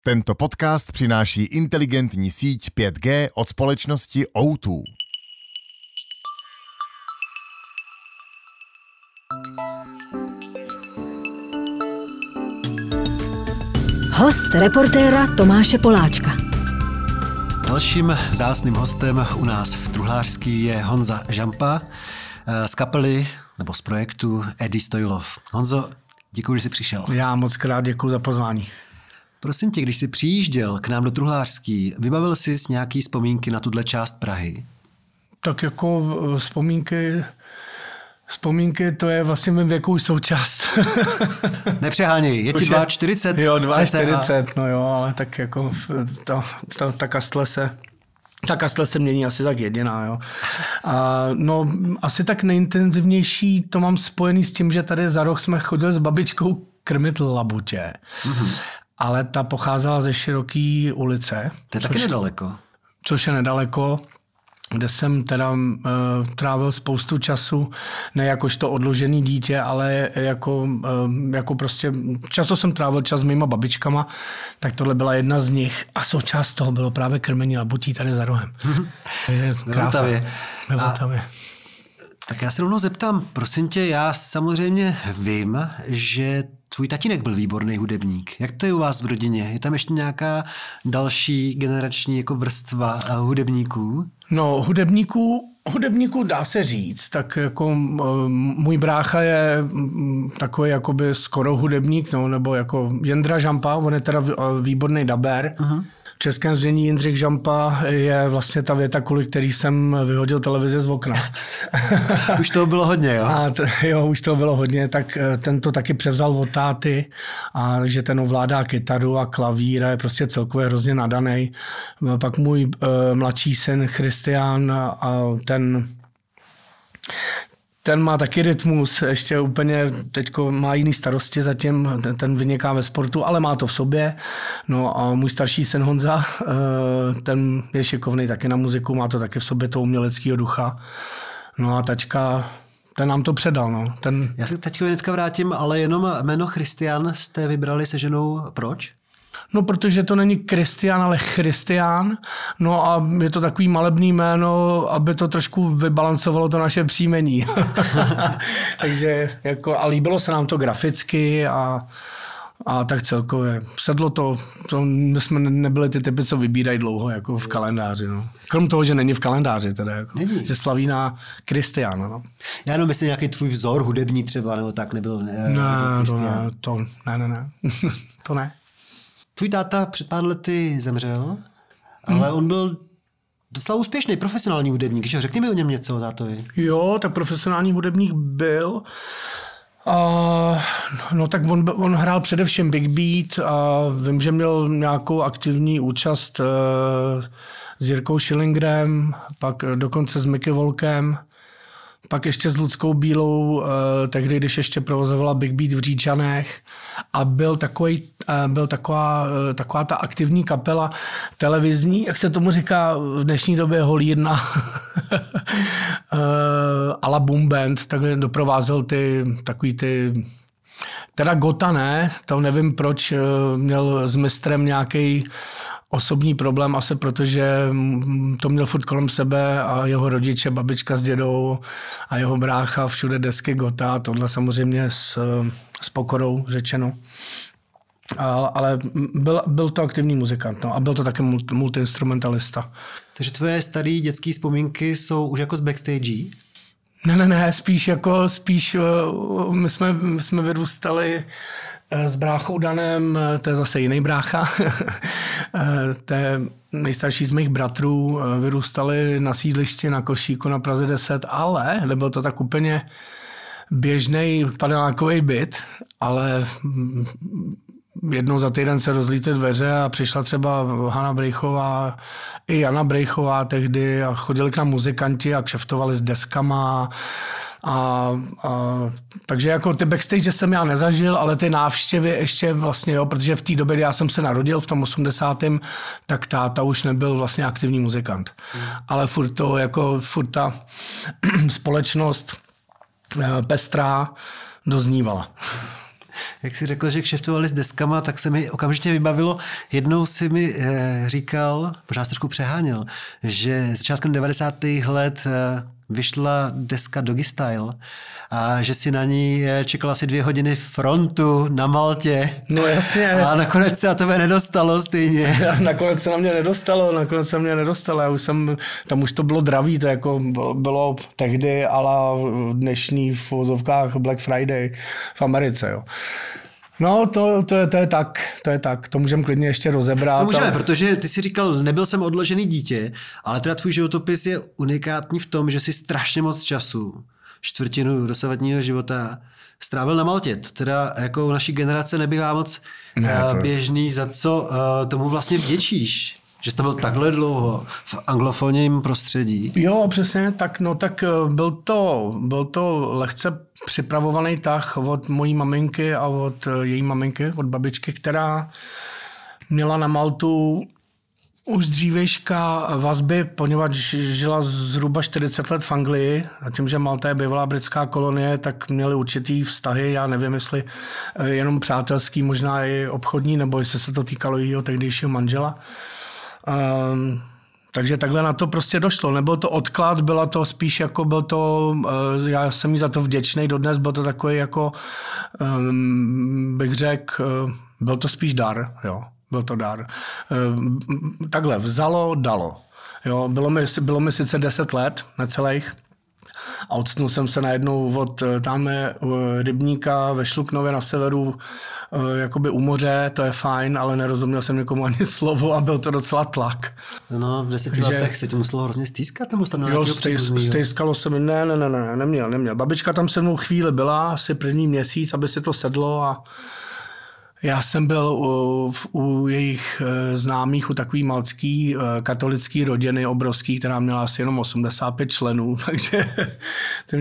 Tento podcast přináší inteligentní síť 5G od společnosti O2. Host reportéra Tomáše Poláčka. Dalším vzácným hostem u nás v Truhlářský je Honza Žampa z kapely nebo z projektu Eddie Stojlov. Honzo, děkuji, že jsi přišel. Já moc krát děkuji za pozvání. Prosím tě, když jsi přijížděl k nám do Truhlářský, vybavil jsi nějaký vzpomínky na tuhle část Prahy? Tak jako vzpomínky to je vlastně mým věku už součást. Nepřeháněj, je ti 42? Jo, 42, no jo, ale tak jako ta kastle se mění asi tak jediná, jo. A no, asi tak nejintenzivnější to mám spojený s tím, že tady za roh jsme chodili s babičkou krmit labutě. Mm-hmm. Ale ta pocházela ze Široký ulice. To je taky nedaleko. Což je nedaleko, kde jsem teda trávil spoustu času, ne jakožto odložený dítě, ale jako prostě často jsem trávil čas s mýma babičkama, tak tohle byla jedna z nich a součást toho bylo právě krmení labutí tady za rohem. Takže krása. Ve Vltavě. Tak já se rovnou zeptám, prosím tě, já samozřejmě vím, že tvůj tatínek byl výborný hudebník. Jak to je u vás v rodině? Je tam ještě nějaká další generační jako vrstva hudebníků? No, hudebníků dá se říct, tak jako můj brácha je takový jakoby skoro hudebník, no, nebo jako Jindra Žampa, on je teda výborný dabér. Uh-huh. V českém znění Jindřich Žampa je vlastně ta věta, kvůli který jsem vyhodil televizi z okna. Už toho bylo hodně, jo? Jo, už toho bylo hodně, tak ten to taky převzal od táty, a takže ten ovládá kytaru a klavír a je prostě celkově hrozně nadanej. Pak můj mladší syn Christian a ten má taky rytmus, ještě úplně teďko má jiný starosti zatím, ten vyniká ve sportu, ale má to v sobě. No a můj starší syn Honza, ten je šikovný taky na muziku, má to taky v sobě toho uměleckého ducha. No a tačka, ten nám to předal. No. Já se teďko hnedka vrátím, ale jenom jméno Christian jste vybrali se ženou, proč? No, protože to není Kristián, ale Christian. No a je to takový malebný jméno, aby to trošku vybalancovalo to naše příjmení. Takže jako, a líbilo se nám to graficky a tak celkově. Sedlo to, my jsme nebyli ty typy, co vybírají dlouho jako v kalendáři. No. Krom toho, že není v kalendáři, teda, jako, že slaví na Kristiána. No. Já jenom myslím, nějaký tvůj vzor hudební třeba, nebo tak nebyl Ne. To ne. Tvůj táta před pár lety zemřel, ale on byl docela úspěšný profesionální hudebník. Řekni mi o něm něco, o tátovi. Jo, tak profesionální hudebník byl. No tak on hrál především Big Beat a vím, že měl nějakou aktivní účast s Jirkou Schillingrem, pak dokonce s Mickey Volkem, pak ještě s Luckou Bílou, tehdy, když ještě provozovala Big Beat v Říčanech a byl taková ta aktivní kapela televizní, jak se tomu říká v dnešní době Holírna, a la Boom Band, tak doprovázel takový ty teda Gota ne, to nevím proč, měl s mistrem nějaký osobní problém, asi protože to měl furt kolem sebe a jeho rodiče, babička s dědou a jeho brácha, všude desky Gota, tohle samozřejmě s pokorou řečeno. Ale byl to aktivní muzikant, no, a byl to taky multiinstrumentalista. Takže tvoje staré dětské vzpomínky jsou už jako z backstage? Ne, spíš my jsme vyrůstali s bráchou Danem, to je zase jiný brácha, to je nejstarší z mých bratrů, vyrůstali na sídlišti na Košíku na Praze 10, ale nebyl to tak úplně běžný panelákový byt, ale jednou za týden se rozlítly dveře a přišla třeba Hana Brejchová i Jana Brejchová tehdy a chodili k nám muzikanti a kšeftovali s deskama. Takže jako ty backstage jsem já nezažil, ale ty návštěvy ještě vlastně, jo, protože v té době, kdy já jsem se narodil v tom 80. tak táta už nebyl vlastně aktivní muzikant. Ale furt ta společnost pestrá doznívala. Jak jsi řekl, že kšeftovali s deskama, tak se mi okamžitě vybavilo. Jednou si mi říkal, možná trošku přeháněl, že začátkem 90. let vyšla deska Doggy Style a že si na ní čekal asi 2 hodiny frontu na Maltě. No jasně. A nakonec se na tebe nedostalo stejně. Nakonec se na mě nedostalo. Já už jsem, tam už to bylo draví, to jako bylo tehdy ala dnešní v uvozovkách Black Friday v Americe, jo. No, to je tak. To můžeme klidně ještě rozebrat. To můžeme, protože ty si říkal, nebyl jsem odložený dítě, ale teda tvůj životopis je unikátní v tom, že si strašně moc času, 1/4 dosavadního života, strávil na Maltě. Teda jako u naší generace nebývá moc běžný, za co tomu vlastně vděčíš. Že jsi tam byl takhle dlouho v anglofonním prostředí. Jo, přesně, tak byl to lehce připravovaný tah od mojí maminky a od její maminky, od babičky, která měla na Maltu už z dřívejška vazby, poněvadž žila zhruba 40 let v Anglii a tím, že Malta je bývalá britská kolonie, tak měli určitý vztahy, já nevím, jestli jenom přátelský, možná i obchodní, nebo jestli se to týkalo jejího tehdejšího manžela. Takže takhle na to prostě došlo. Nebyl to odklad, byla to spíš jako já jsem jí za to vděčný dodnes, byl to takový jako, bych řekl, byl to spíš dar, jo. Byl to dar. Takhle, vzalo, dalo. Jo, bylo mi sice 10 let, necelých, a odstnul jsem se najednou od tamhle rybníka ve Šluknově na severu, jakoby u moře, to je fajn, ale nerozuměl jsem někomu ani slovo a byl to docela tlak. No, v 10 letech se ti muselo hrozně stýskat, nebo jsi tam měl nějakého příbuznýho? Stýskalo se mi, ne, neměl. Babička tam se mnou chvíli byla, asi první měsíc, aby si to sedlo a já jsem byl u jejich známých, u takový maltský katolický rodiny obrovský, která měla asi jenom 85 členů, takže ty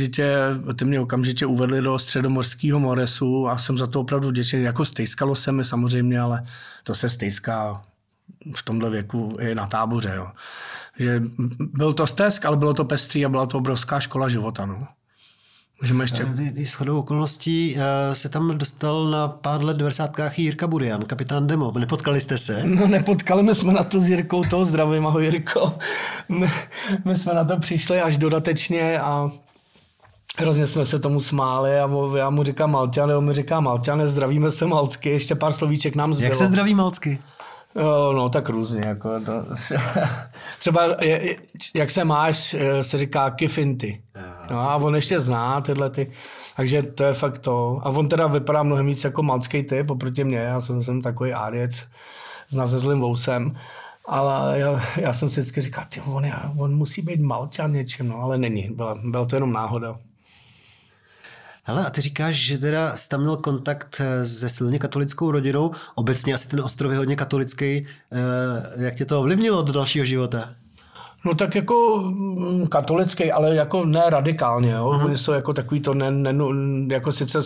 mě okamžitě uvedli do středomorského moresu a jsem za to opravdu vděčný. Jako stejskalo se mi samozřejmě, ale to se stejská v tomhle věku i na táboře. Jo. Že byl to stesk, ale bylo to pestrý a byla to obrovská škola života. No. Ty shodou okolností se tam dostal na pár let v 90kách Jirka Burian, kapitán Demo. Nepotkali jste se? No nepotkali, my jsme na to s Jirkou, toho zdravím, ahoj Jirko. My jsme na to přišli až dodatečně a hrozně jsme se tomu smáli a já mu říkám Malťan, on mi říká Malťane, zdravíme se malcky, ještě pár slovíček nám zbylo. Jak se zdraví malcky? No tak různě. Jako to. Třeba jak se máš, se říká kifinty. No, a on ještě zná tyhle ty. Takže to je fakt to. A on teda vypadá mnohem víc jako malcký typ oproti mně. Já jsem takový áriec s nazezlým vousem. Ale já jsem si vždycky říkal, on musí být Malťan něčím, no, ale není. Byla to jenom náhoda. Hele, a ty říkáš, že teda jsi tam měl kontakt se silně katolickou rodinou. Obecně asi ten ostrov je hodně katolický. Jak tě to ovlivnilo do dalšího života? No tak jako katolický, ale jako ne radikálně. Jo? Oni jsou jako takový to, jako sice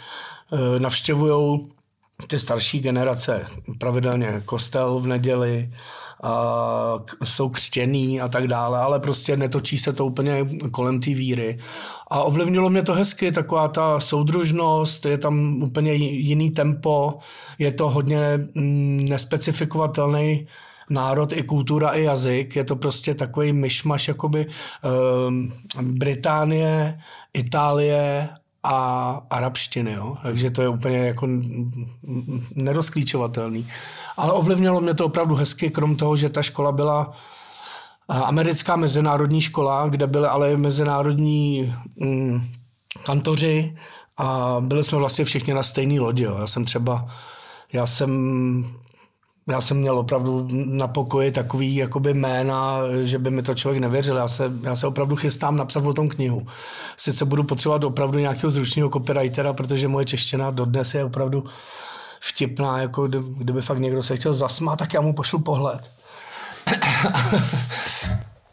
navštěvujou ty starší generace pravidelně kostel v neděli, a jsou křtěný a tak dále, ale prostě netočí se to úplně kolem té víry. A ovlivnilo mě to hezky, taková ta soudružnost, je tam úplně jiný tempo, je to hodně nespecifikovatelný národ, i kultura, i jazyk. Je to prostě takový myšmaš jakoby Británie, Itálie a arabštiny, jo? Takže to je úplně jako nerozklíčovatelný. Ale ovlivnilo mě to opravdu hezky, krom toho, že ta škola byla americká mezinárodní škola, kde byly ale mezinárodní kantoři a byli jsme vlastně všichni na stejné lodi. Jo? Já jsem měl opravdu na pokoji takový jakoby jména, že by mi to člověk nevěřil. Já se opravdu chystám napsat o tom knihu. Sice budu potřebovat opravdu nějakého zručného copywritera, protože moje čeština dodnes je opravdu vtipná, jako kdyby fakt někdo se chtěl zasmát, tak já mu pošlu pohled.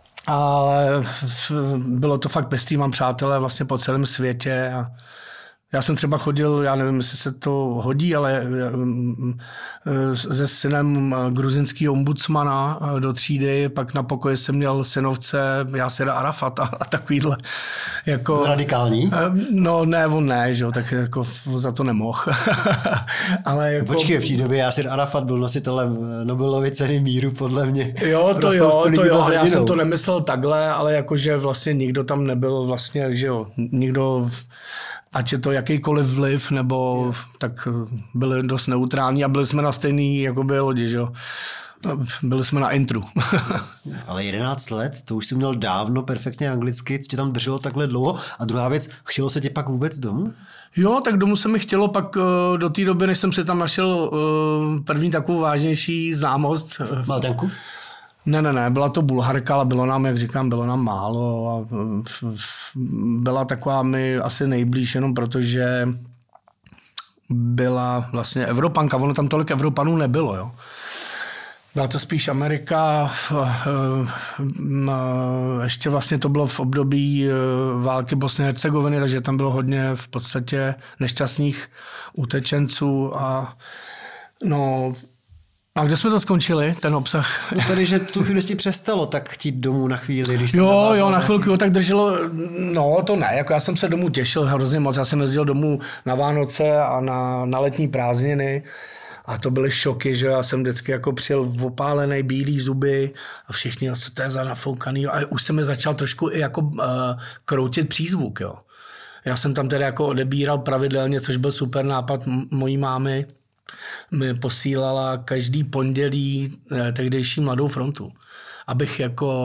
Ale bylo to fakt pestrý, mám přátelé vlastně po celém světě a Já jsem třeba chodil, já nevím, jestli se to hodí, ale se synem gruzinského ombudsmana do třídy, pak na pokoji jsem měl synovce Jasera Arafata a takovýhle. Jako, radikální? No ne, on ne, že jo, tak jako za to nemohl. Ale jako... Počkej, v té době Jasir Arafat byl nositelem Nobelovy ceny míru, podle mě. Jo, to jo, já jsem to nemyslel takhle, ale jakože vlastně nikdo tam nebyl vlastně, že jo, nikdo... Ať je to jakýkoliv vliv, nebo tak byli dost neutrální a byli jsme na stejný jakoby lodi, že jo. Byli jsme na intru. Ale 11 let, to už jsi měl dávno perfektně anglicky, co tě tam drželo takhle dlouho. A druhá věc, chtělo se tě pak vůbec domů? Jo, tak domů se mi chtělo pak do té doby, než jsem si tam našel první takovou vážnější známost. Maltenku? Ne, byla to Bulharka, ale bylo nám, jak říkám, bylo nám málo a byla taková mi asi nejblíž jenom protože byla vlastně Evropanka, ono tam tolik Evropanů nebylo, jo. Byla to spíš Amerika, ještě vlastně to bylo v období války Bosny a Hercegoviny, takže tam bylo hodně v podstatě nešťastných utečenců a no... A kde jsme to skončili, ten obsah? Tady, že tu chvíli ti přestalo tak chtít domů na chvíli, když Jo, na chvilku, tak drželo, no to ne, jako já jsem se domů těšil hrozně moc, já jsem jezdil domů na Vánoce a na letní prázdniny a to byly šoky, že já jsem vždycky jako přijel opálený, bílý zuby a všichni, co to je za nafoukaný a už se mi začal trošku i jako kroutit přízvuk, jo. Já jsem tam tedy jako odebíral pravidelně, což byl super nápad mojí mámy, mi posílala každý pondělí tehdejší Mladou frontu, abych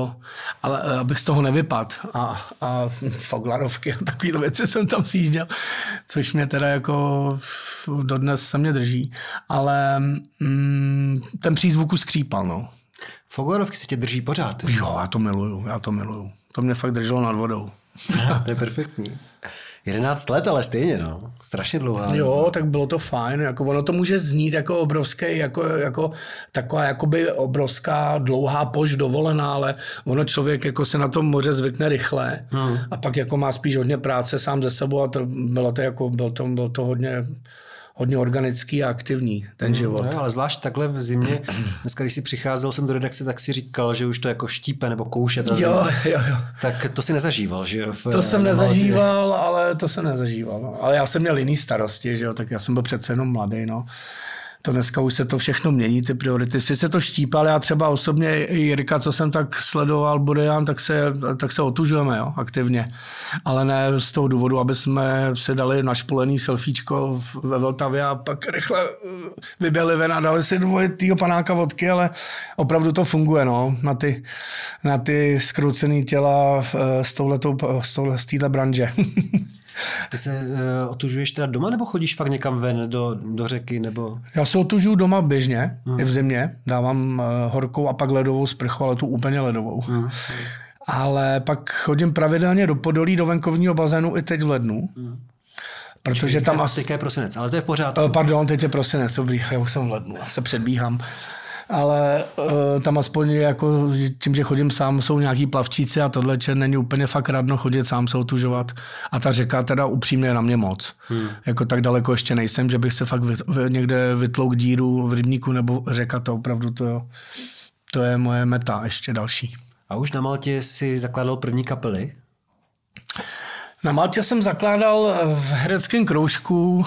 z toho nevypadl a foglarovky a takovýhle věci jsem tam sjížděl, což mě teda jako dodnes se mě drží, ale ten přízvuk už skřípal, no. Foglarovky se tě drží pořád. Jo, já to miluju. To mě fakt drželo nad vodou. To je perfektní. 11 let, ale stejně, no. Strašně dlouhá. Jo, tak bylo to fajn. Jako ono to může znít jako obrovský, jako taková jakoby obrovská dlouhá pošt dovolená, ale ono člověk jako se na tom moře zvykne rychle a pak jako má spíš hodně práce sám ze sebou a to bylo to hodně organický a aktivní, ten život. No, ale zvlášť takhle v zimě, dneska, když si přicházel jsem do redakce, tak si říkal, že už to jako štípe nebo kouše. Jo. Tak to si nezažíval, že jo? To jsem nezažíval. No. Ale já jsem měl jiný starosti, že jo, tak já jsem byl přece jenom mladý, no. To dneska už se to všechno mění, ty priority. Sice to štípal, já třeba osobně i Jirka, co jsem tak sledoval, Budejan, tak se otužujeme, jo, aktivně. Ale ne z toho důvodu, aby jsme si dali našpolený selfiečko ve Vltavě a pak rychle vyběhli ven a dali si dvojitýho panáka vodky, ale opravdu to funguje, no, na ty zkroucený těla z téhle branže. Ty se otužuješ teda doma, nebo chodíš fakt někam ven do řeky, nebo? Já se otužuju doma běžně, i v zimě. Dávám horkou a pak ledovou sprchu, ale tu úplně ledovou. Ale pak chodím pravidelně do Podolí, do venkovního bazénu i teď v lednu. Protože tam asi... Teď je prosinec, ale to je v pořádku. Pardon, teď je prosinec, dobrý, já už jsem v lednu, já se předbíhám. Ale tam aspoň jako tím, že chodím sám, jsou nějaký plavčíci a tohle, že není úplně fakt radno chodit sám se otužovat. A ta řeka teda upřímně na mě moc. Jako tak daleko ještě nejsem, že bych se fakt někde vytlouk díru v rybníku nebo řeka, to opravdu to je moje meta ještě další. A už na Maltě si zakládal první kapely? Na Maltě jsem zakládal v hereckém kroužku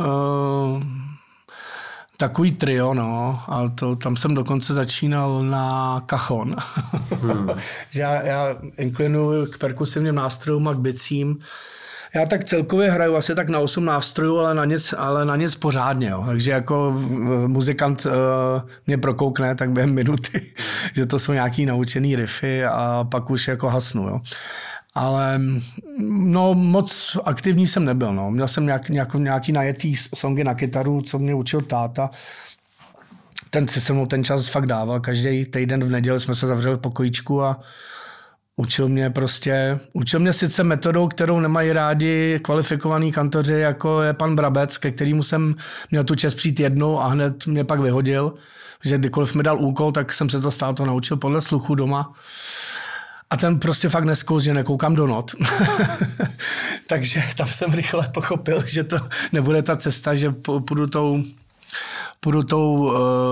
takový trio, no, ale tam jsem dokonce začínal na cajon. Že já inklinuji k perkusivním nástrojům a k bicím. Já tak celkově hraju asi tak na 8 nástrojů, ale na nic pořádně. Jo. Takže jako muzikant mě prokoukne tak během minuty, že to jsou nějaký naučený riffy a pak už jako hasnu. Jo. Ale no, moc aktivní jsem nebyl. No. Měl jsem nějaký najetý songy na kytaru, co mě učil táta. Ten si se mnou ten čas fakt dával. Každý týden v neděli jsme se zavřeli v pokojíčku a učil mě sice metodou, kterou nemají rádi kvalifikovaní kantoři, jako je pan Brabec, ke kterému jsem měl tu čest přijít jednou a hned mě pak vyhodil. Že kdykoliv mi dal úkol, tak jsem se to stále naučil podle sluchu doma. A ten prostě fakt nesklouzně, nekoukám do not. Takže tam jsem rychle pochopil, že to nebude ta cesta, že půjdu tou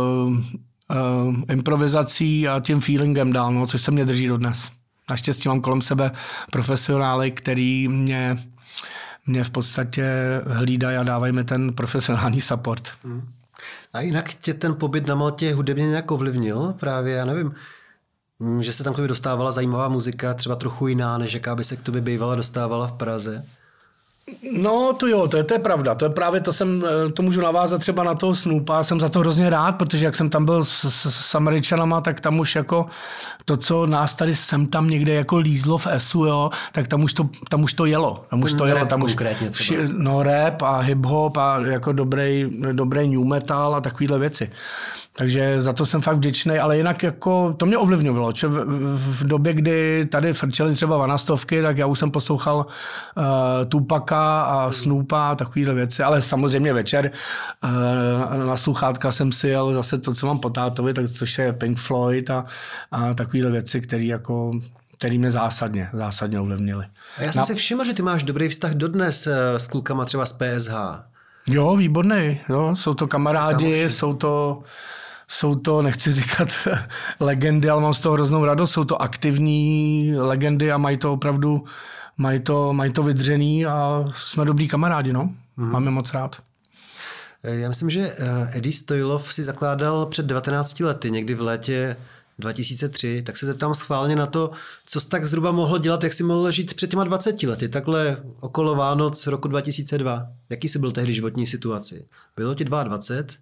improvizací a tím feelingem dál, no, což se mě drží dodnes. Naštěstí mám kolem sebe profesionály, který mě v podstatě hlídají a dávají mi ten profesionální support. A jinak tě ten pobyt na Maltě hudebně nějak ovlivnil? Právě, já nevím, že se tam k tobě dostávala zajímavá muzika, třeba trochu jiná, než jaká by se k tobě bývala dostávala v Praze? No to jo, to je pravda. To je právě to můžu navázat třeba na toho Snoopa. Jsem za to hrozně rád, protože jak jsem tam byl s Američanama, tak tam už jako to, co nás tady sem tam někde jako lízlo v ESu, jo, tak tam už to jelo. Tam už to jelo. Tam už rap a hip-hop a jako dobrý new metal a takovýhle věci. Takže za to jsem fakt vděčný, ale jinak jako to mě ovlivňovalo. V době, kdy tady frčeli třeba vanastovky, tak já už jsem poslouchal Tupaka a Snoopa a takovýhle věci, ale samozřejmě večer na sluchátka jsem si jel zase to, co mám po tátovi, tak což je Pink Floyd a takovýhle věci, který mě zásadně ovlivnily. A já jsem si všiml, že ty máš dobrý vztah dodnes s klukama třeba z PSH. Jo, výborný. Jo, jsou to kamarádi, jsou to, nechci říkat legendy, ale mám z toho hroznou radost, jsou to aktivní legendy a mají to opravdu, mají to vydřený a jsme dobrý kamarádi, no. Máme moc rád. Já myslím, že Eddie Stoilov si zakládal před 19 lety, někdy v létě 2003, tak se zeptám schválně na to, co jsi tak zhruba mohl dělat, jak jsi mohl žít před těma 20 lety, takhle okolo Vánoc roku 2002. Jaký jsi byl tehdy životní situaci? Bylo ti 22?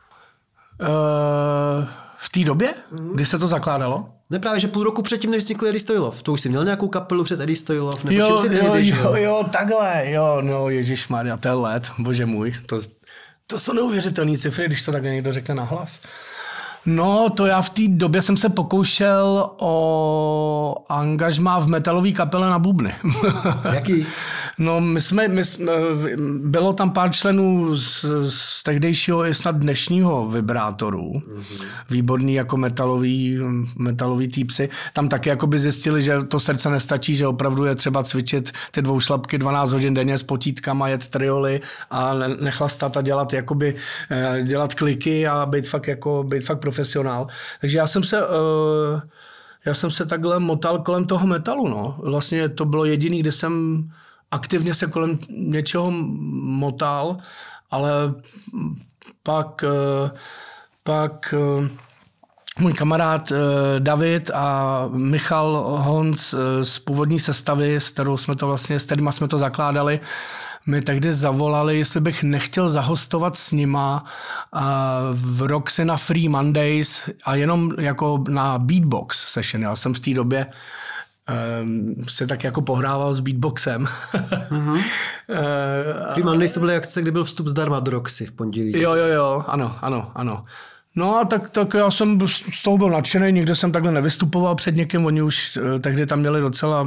V té době, kdy se to zakládalo? Ne, právě, že půl roku předtím, než vznikl Eddie Stoilov. To už jsi měl nějakou kapelu před Eddie Stoilov? Nebo čím si tehdy žil? Jo, takhle, jo, no, ježišmarja, ten let, bože můj, to jsou neuvěřitelné cifry, když to takhle někdo řekne nahlas. No, to já v té době jsem se pokoušel o angažmá v metalové kapele na bubny. Jaký? No, bylo tam pár členů z tehdejšího i snad dnešního vibrátoru. Výborný jako metalový týpci. Tam taky jakoby zjistili, že to srdce nestačí, že opravdu je třeba cvičit ty dvoušlapky 12 hodin denně s potítkama, jet trioly a nechlastat a dělat kliky a být fakt profesionál. Takže já jsem se takhle motal kolem toho metalu, no. Vlastně to bylo jediný, kde jsem aktivně se kolem něčeho motal, ale pak můj kamarád David a Michal Honc z původní sestavy, s kterýma jsme to zakládali, mi tehdy zavolali, jestli bych nechtěl zahostovat s nima v Roxy na Free Mondays a jenom jako na beatbox session. Já jsem v té době se tak jako pohrával s beatboxem. Free Mondays to byly akce, kdy byl vstup zdarma do Roxy v pondělí. Jo, ano. No a tak já jsem z toho byl nadšený, nikde jsem takhle nevystupoval před někým, oni už tehdy tam měli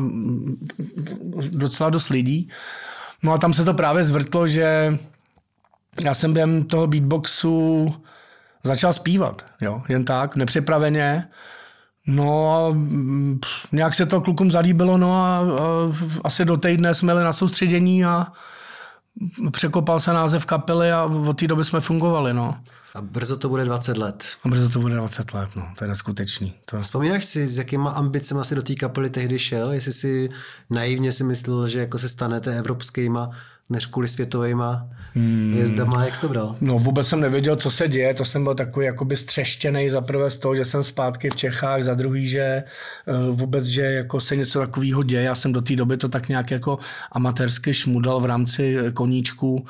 docela dost lidí. No a tam se to právě zvrtlo, že já jsem během toho beatboxu začal zpívat, jo, jen tak, nepřipraveně. No a nějak se to klukům zalíbilo, no a asi do týdne jsme jeli na soustředění a překopal se název kapely a od té doby jsme fungovali, no. A brzo to bude 20 let. No, to je neskutečný. Vzpomínáš si, s jakýma ambicema si do té kapely tehdy šel? Jestli si naivně si myslel, že jako se stanete evropskýma, než kvůli světovejma hvězdama, jak jsi to bral? No vůbec jsem nevěděl, co se děje, to jsem byl takový jakoby střeštěnej za prvé z toho, že jsem zpátky v Čechách, za druhý, že vůbec, že jako se něco takového děje. Já jsem do té doby to tak nějak jako amatérsky šmudal v rámci koníčků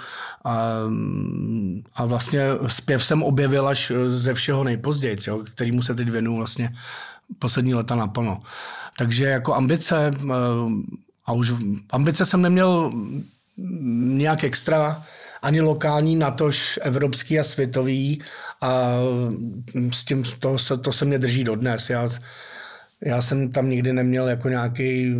a vlastně zpěv jsem objevil až ze všeho nejpozději, kterýmu se teď věnuju vlastně poslední léta naplno. Takže jako ambice jsem neměl nějak extra, ani lokální, natož evropský a světový a s tím to se mě drží dodnes. Já jsem tam nikdy neměl jako nějaký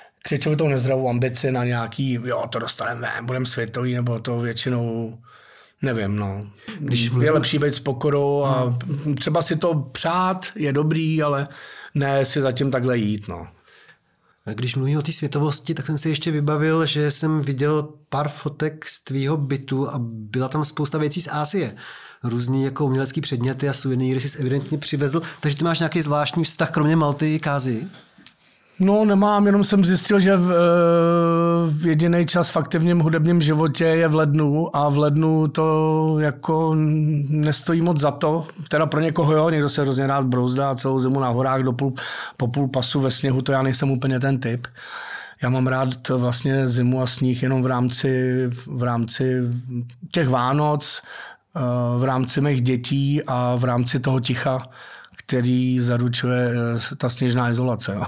křečovitou nezdravou ambici na nějaký, jo, to dostaneme ven, budeme světový, nebo to většinou Nevím, no. Když je lepší být s pokorou a třeba si to přát je dobrý, ale ne si zatím takhle jít, no. Když mluví o té světovosti, tak jsem si ještě vybavil, že jsem viděl pár fotek z tvýho bytu a byla tam spousta věcí z Asie. Různý jako umělecký předměty a suvenýry jsi evidentně přivezl, takže ty máš nějaký zvláštní vztah, kromě Malty k Asii? No nemám, jenom jsem zjistil, že v jediný čas v aktivním hudebním životě je v lednu a v lednu to jako nestojí moc za to. Teda pro někoho jo, někdo se hrozně rád brouzdá celou zimu na horách po půl pasu ve sněhu, to já nejsem úplně ten typ. Já mám rád vlastně zimu a sníh jenom v rámci těch Vánoc, v rámci mých dětí a v rámci toho ticha, který zaručuje ta sněžná izolace.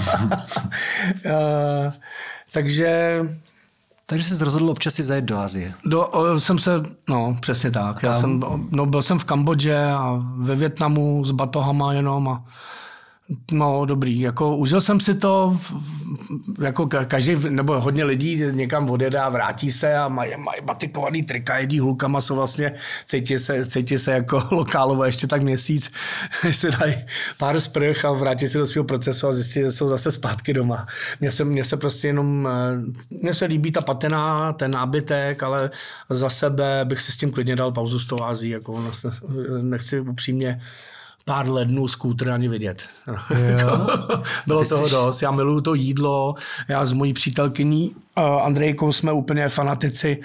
Takže jsi rozhodl občas si zajet do Asie. Přesně tak. Byl jsem v Kambodži a ve Vietnamu s batohama jenom a no dobrý, jako užil jsem si to, jako každý, nebo hodně lidí někam odjede a vrátí se a mají batikovaný trika, jedí hulkama, jsou vlastně, cítí se jako lokálové ještě tak měsíc, než si dají pár sprch a vrátí se do svého procesu a zjistí, že jsou zase zpátky doma. Mně se prostě jenom, mně se líbí ta patina, ten nábytek, ale za sebe bych si s tím klidně dal pauzu z toho Asii, jako nechci upřímně pár lednů skútr ani vidět. Bylo toho dost. Já miluju to jídlo. Já s mojí přítelkyní Andrejkou jsme úplně fanatici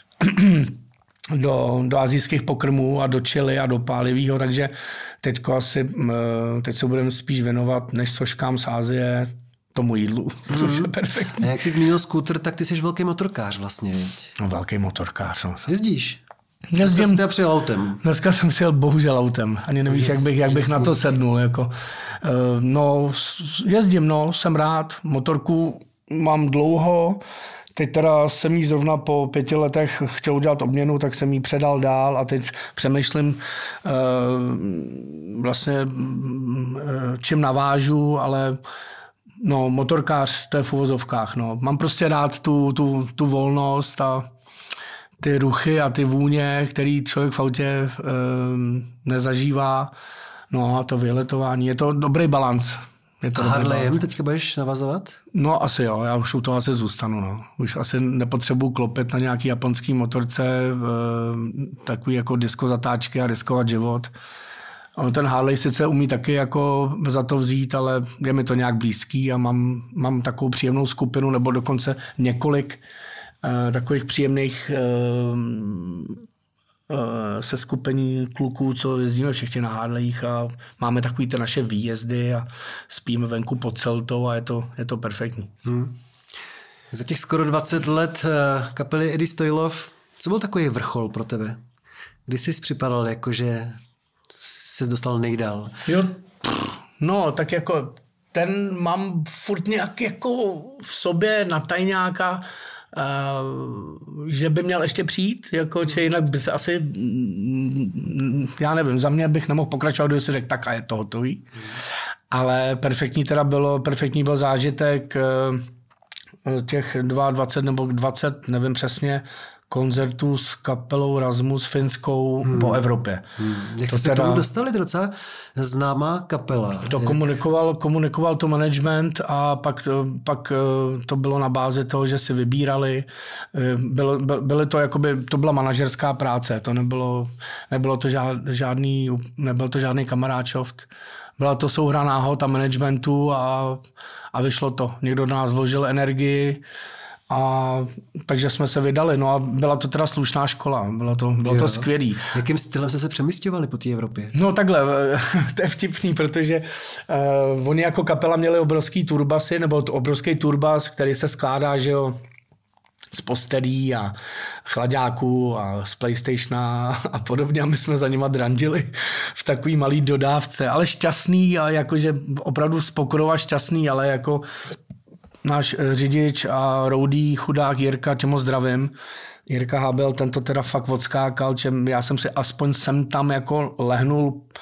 do asijských pokrmů a do chili a do pálivýho, takže teď se budeme spíš věnovat než soškám z Asie tomu jídlu, což je perfektní. A jak jsi zmínil skútr, tak ty jsi velký motorkář vlastně, viď? No, velký motorkář. No. Jezdíš? Dneska jsi přijel autem. Dneska jsem přijel bohužel autem. Ani nevíš, jak bych na to sednul. Jako. No, jezdím, jsem rád. Motorku mám dlouho. Teď teda jsem jí zrovna po 5 letech chtěl udělat obměnu, tak jsem jí předal dál a teď přemýšlím vlastně čím navážu, ale no, motorkář, to je v uvozovkách. No. Mám prostě rád tu volnost a ty ruchy a ty vůně, který člověk v autě nezažívá. No a to vyletování, je to dobrý balanc. A Harleyem teďka budeš navazovat? No asi jo, já už u toho asi zůstanu. No. Už asi nepotřebuji klopit na nějaký japonský motorce, takový jako disco zatáčky a riskovat život. Ten Harley sice umí taky jako za to vzít, ale je mi to nějak blízký a mám takovou příjemnou skupinu, nebo dokonce několik takových příjemných seskupení kluků, co jezdíme všichni na Harleyích a máme takový ty naše výjezdy a spíme venku pod celtou a je to perfektní. Za těch skoro 20 let kapely Eddie Stoilov, co byl takový vrchol pro tebe? Kdy jsi připadal, jako že jsi dostal nejdál? Jo, no tak jako ten mám furt nějak jako v sobě na tajňáka, že by měl ještě přijít, jako, či jinak by se asi, já nevím, za mě bych nemohl pokračovat, když si řekl, tak a je to hotový. Ale perfektní byl zážitek těch 22 nebo 20, nevím přesně, koncertů s kapelou Rasmus finskou po Evropě. Jak jste se k tomu dostali? To docela známá kapela. To komunikoval to management a pak to bylo na bázi toho, že si vybírali. Byly to jakoby, to byla manažerská práce, to nebylo to žádný kamaráčoft. Byla to souhra náhod a managementu a vyšlo to. Někdo do nás vložil energii, a takže jsme se vydali, no a byla to teda slušná škola, bylo to skvělý. Jakým stylem jste se přemysťovali po té Evropě? No takhle, to je vtipný, protože oni jako kapela měli obrovský turbasy, nebo obrovský turbas, který se skládá, že jo, z postelí a chladáků a z PlayStationa a podobně a my jsme za nima drandili v takový malý dodávce, ale šťastný a jakože opravdu s pokorou a šťastný, ale jako náš řidič a roudý chudák Jirka, těm ho zdravím. Jirka Habel, ten to teda fakt odskákal, já jsem si aspoň sem tam jako lehnul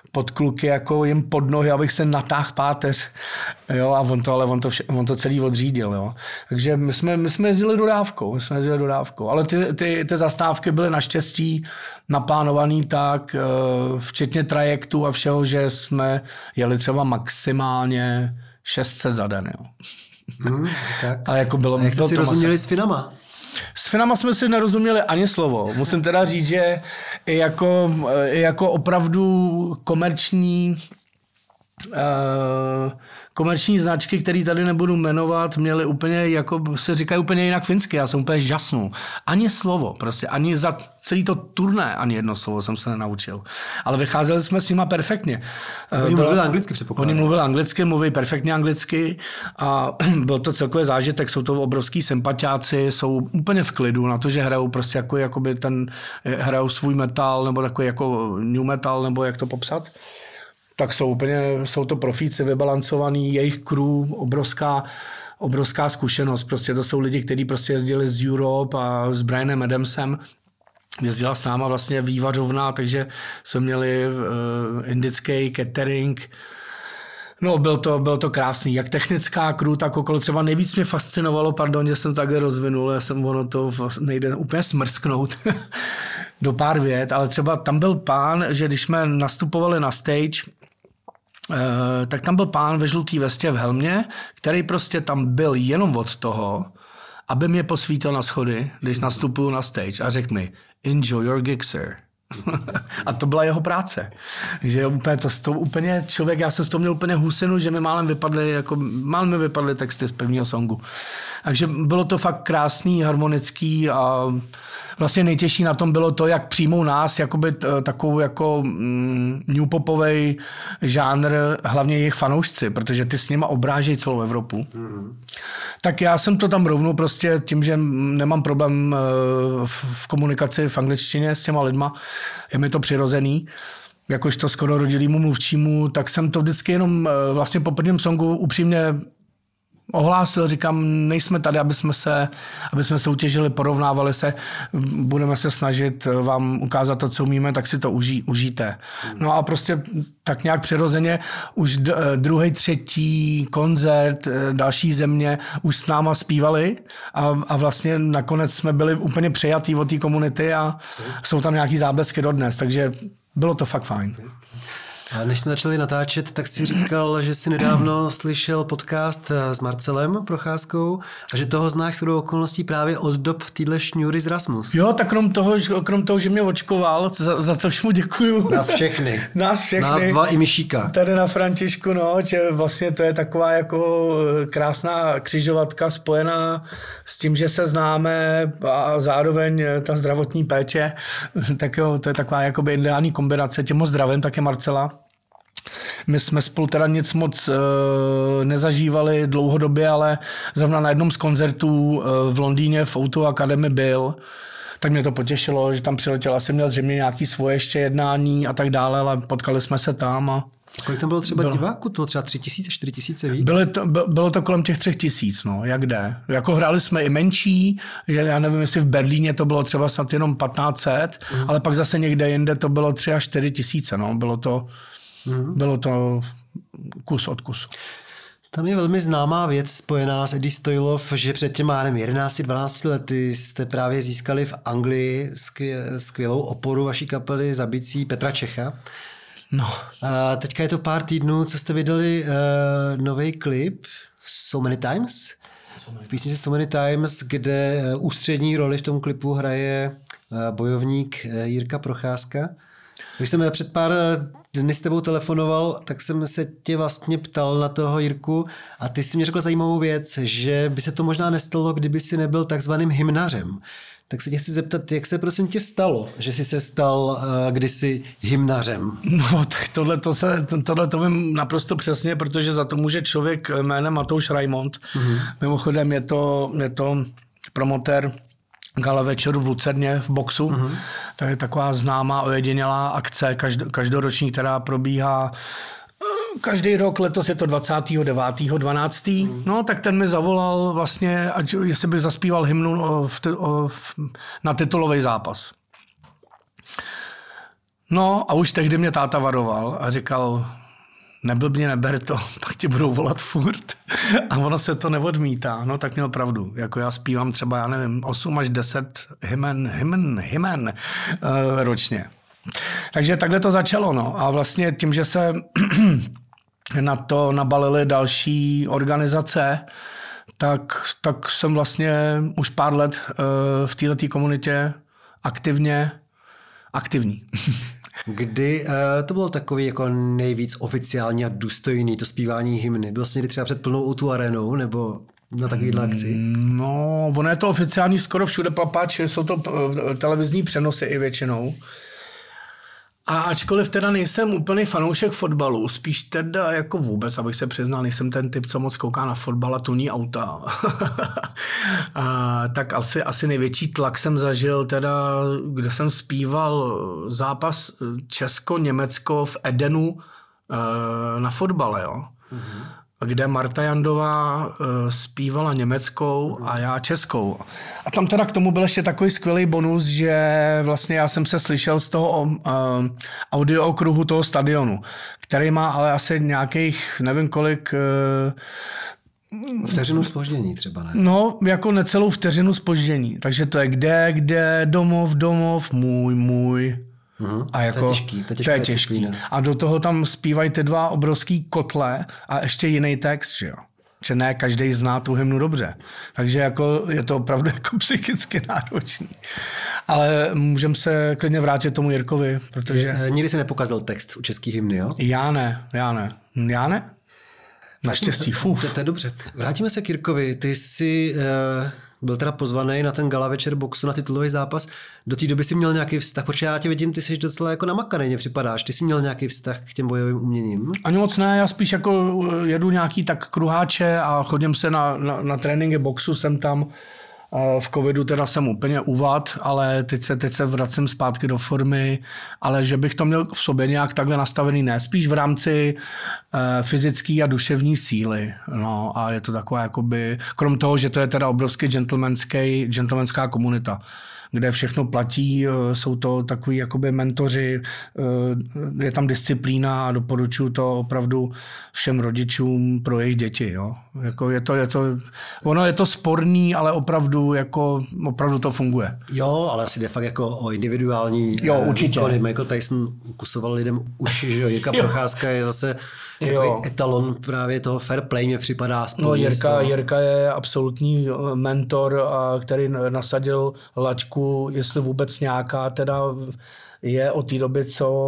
pod kluky, jako jim pod nohy, abych se natáhl páteř. Jo, a on to celý odřídil. Jo. Takže my jsme jezdili dodávkou. Ale ty zastávky byly naštěstí naplánovaný tak, včetně trajektu a všeho, že jsme jeli třeba maximálně 600 za den. Jo. Tak. Ale jako bylo, a jak jste si rozuměli s Finama? S Finama jsme si nerozuměli ani slovo. Musím teda říct, že i jako opravdu komerční značky, které tady nebudu jmenovat, měly úplně, jako se říkají úplně jinak finsky. Já jsem úplně žasnul. Ani slovo, prostě ani za celý to turné ani jedno slovo jsem se nenaučil. Ale vycházeli jsme s nima perfektně. Oni mluvili anglicky, předpokládám. Oni mluvili anglicky, mluví perfektně anglicky a byl to celkový zážitek, jsou to obrovský sympatiáci, jsou úplně v klidu na to, že hrajou prostě hrajou svůj metal, nebo takový jako new metal, nebo jak to popsat. Tak jsou to profíci vybalancovaný, jejich crew, obrovská zkušenost. Prostě to jsou lidi, kteří prostě jezdili z Europe a s Brianem Adamsem. Jezdila s náma vlastně vývařovna, takže jsme měli indický catering. No, byl to krásný. Jak technická crew, tak okolo. Třeba nejvíc mě fascinovalo, že jsem takhle rozvinul, ono to nejde úplně smrsknout do pár vět, ale třeba tam byl pán, že když jsme nastupovali na stage, tak tam byl pán ve žlutý vestě v helmě, který prostě tam byl jenom od toho, aby mě posvítil na schody, když nastupuju na stage a řekl mi, enjoy your gig, sir. A to byla jeho práce. Takže úplně člověk, já jsem z toho měl úplně husinu, že mi málem vypadly texty z prvního songu. Takže bylo to fakt krásný, harmonický a vlastně nejtěžší na tom bylo to, jak přijmou nás, jakoby takovou jako new popovej žánr, hlavně jejich fanoušci, protože ty s nima obrážejí celou Evropu. Tak já jsem to tam rovnou prostě tím, že nemám problém v komunikaci v angličtině s těma lidma, je mi to přirozený, jakožto skoro rodilýmu mluvčímu, tak jsem to vždycky jenom vlastně po prvním songu upřímně ohlásil, říkám, nejsme tady, aby jsme se soutěžili, porovnávali se, budeme se snažit vám ukázat to, co umíme, tak si to užijte. No a prostě tak nějak přirozeně už druhý, třetí koncert, další země už s náma zpívali a vlastně nakonec jsme byli úplně přejatí od té komunity a jsou tam nějaký záblesky dodnes, takže bylo to fakt fajn. A než jsme začali natáčet, tak si říkal, že jsi nedávno slyšel podcast s Marcelem Procházkou a že toho znáš shodou okolností právě od dob téhle šňůry z Rasmus. Jo, tak krom toho, že mě očkoval, za což mu děkuju. Nás všechny. Nás dva i Myšíka. Tady na Františku, no, že vlastně to je taková jako krásná křižovatka spojená s tím, že se známe a zároveň ta zdravotní péče, tak jo, to je taková jakoby ideální kombinace. Těm zdravím také Marcela. My jsme spolu teda nic moc nezažívali dlouhodobě, ale zrovna na jednom z koncertů v Londýně v O2 Academy byl, tak mě to potěšilo, že tam přiletěl. Asi měl zřejmě nějaké svoje ještě jednání a tak dále, ale potkali jsme se tam. A kolik tam bylo třeba diváků? To bylo třeba 3000, 4000 víc? Bylo to kolem těch 3000, no, jak jde. Jako hráli jsme i menší, já nevím, jestli v Berlíně to bylo třeba snad jenom 1500, ale pak zase někde jinde to bylo 3 až 4 tisíce, no, bylo to kus od kusu. Tam je velmi známá věc spojená s Eddie Stoilov, že před těma 11-12 lety jste právě získali v Anglii skvělou oporu vaší kapely za bicí Petra Čecha. No. A teďka je to pár týdnů, co jste vydali nový klip So Many Times. V písničce So Many Times, kde ústřední roli v tom klipu hraje bojovník Jirka Procházka. Když jsem před pár dny s tebou telefonoval, tak jsem se tě vlastně ptal na toho Jirku a ty jsi mi řekl zajímavou věc, že by se to možná nestalo, kdyby si nebyl takzvaným hymnařem. Tak se tě chci zeptat, jak se prosím tě stalo, že jsi se stal kdysi hymnařem? No, tak tohle to vím naprosto přesně, protože za to může člověk jménem Matouš Raimond. Mimochodem je to promotér gala večeru v Lucerně v boxu. To je taková známá ojedinělá akce každoroční, která probíhá každý rok. Letos je to 29.12. No, tak ten mi zavolal vlastně, jestli bych zaspíval hymnu na titulový zápas. No a už tehdy mě táta varoval a říkal, neblbně, neber to, tak ti budou volat furt. A ono se to neodmítá. No tak měl pravdu. Jako já zpívám třeba, já nevím, 8 až 10 hymen ročně. Takže takhle to začalo. No. A vlastně tím, že se na to nabalily další organizace, tak jsem vlastně už pár let v této komunitě aktivní. Kdy to bylo takový jako nejvíc oficiální a důstojný, to zpívání hymny? Byl jsi někdy třeba před plnou O2 arenou nebo na takovýhle akci? No, ono je to oficiální skoro všude papáč, jsou to televizní přenosy i většinou. A ačkoliv teda nejsem úplný fanoušek fotbalu, spíš teda jako vůbec, abych se přiznal, nejsem ten typ, co moc kouká na fotbal a tuní auta. Tak asi největší tlak jsem zažil teda, kde jsem zpíval zápas Česko-Německo v Edenu na fotbale, jo. Mm-hmm. Kde Marta Jandová zpívala německou a já českou. A tam teda k tomu byl ještě takový skvělý bonus, že vlastně já jsem se slyšel z toho audio okruhu toho stadionu, který má ale asi nějakých, nevím kolik... Vteřinu zpoždění třeba, ne? No, jako necelou vteřinu zpoždění. Takže to je kde, domov, můj. A jako, to je těžký. A do toho tam zpívají ty dva obrovský kotle a ještě jiný text, že jo. Že ne každý zná tu hymnu dobře. Takže jako je to opravdu jako psychicky náročný. Ale můžeme se klidně vrátit tomu Jirkovi, protože... Nikdy si nepokazil text u český hymny, jo? Já ne. Naštěstí, To je dobře. Vrátíme se k Jirkovi. Ty jsi byl teda pozvaný na ten gala večer boxu, na titulový zápas. Do té doby jsi měl nějaký vztah, protože já tě vidím, ty jsi docela jako namakaný, mně připadáš. Ty jsi měl nějaký vztah k těm bojovým uměním? Ani moc ne, já spíš jako jedu nějaký tak kruháče a chodím se na tréninky boxu, jsem tam. V covidu teda jsem úplně uvad, ale teď se vracím zpátky do formy, ale že bych to měl v sobě nějak takhle nastavený, ne, spíš v rámci fyzické a duševní síly. No a je to taková jakoby, krom toho, že to je teda obrovský gentlemanská komunita, kde všechno platí, jsou to takový jakoby mentoři, je tam disciplína a doporučuji to opravdu všem rodičům pro jejich děti. Jo. Jako ono je to sporný, ale opravdu to funguje. Jo, ale asi de facto jako o individuální výkony. Michael Tyson ukusoval lidem uši, že jo. Jirka Procházka je zase takový etalon právě toho fair play, mě připadá. No, Jirka je absolutní mentor, který nasadil laťku, jestli vůbec nějaká teda je od té doby,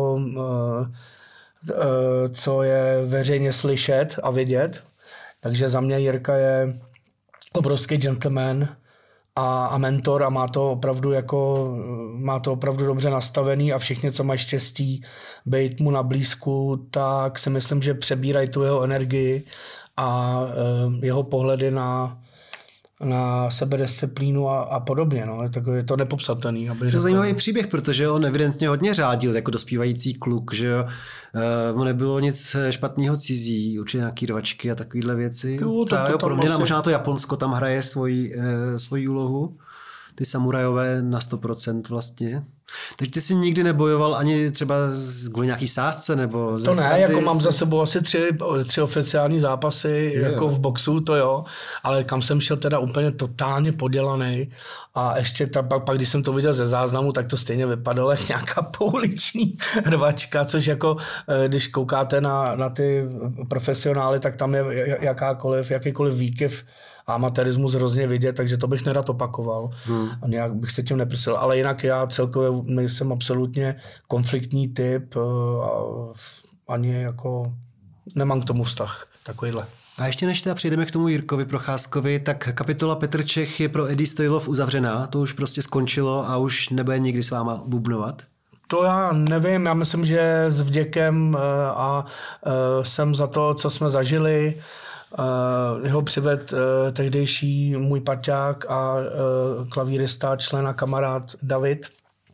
co je veřejně slyšet a vidět. Takže za mě Jirka je obrovský gentleman a mentor a má to opravdu dobře nastavený a všichni, co mají štěstí být mu na blízku, tak si myslím, že přebírají tu jeho energii a jeho pohledy na sebedisciplínu a podobně. No. Je to nepopsatelný. To je zajímavý příběh, protože on evidentně hodně řádil jako dospívající kluk, že jo. Mu nebylo nic špatného cizí, určitě nějaký rvačky a takovéhle věci. Možná to Japonsko tam hraje svoji úlohu. Ty samurajové na 100% vlastně. Takže ty jsi nikdy nebojoval ani třeba kvůli nějaký sázce nebo... To ne, jako mám za sebou asi tři oficiální zápasy jako v boxu, to jo, ale kam jsem šel teda úplně totálně podělaný a ještě pak když jsem to viděl ze záznamu, tak to stejně vypadalo jak nějaká pouliční rvačka, což jako když koukáte na ty profesionály, tak tam je jakýkoliv výkyv a amatérismus hrozně vidět, takže to bych nerad opakoval a nějak bych se tím neprsil. Ale jinak já celkově nejsem absolutně konfliktní typ ani jako nemám k tomu vztah takovýhle. A ještě než teda přejdeme k tomu Jirkovi Procházkovi, tak kapitola Petr Čech je pro Eddie Stojlov uzavřená, to už prostě skončilo a už nebude nikdy s váma bubnovat? To já nevím, já myslím, že s vděkem a jsem za to, co jsme zažili. Jeho přived tehdejší můj parťák a klavírista, člen a kamarád David.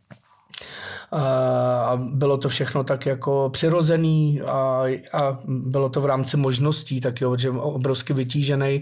A bylo to všechno tak jako přirozený a bylo to v rámci možností, tak jo, že obrovsky vytížený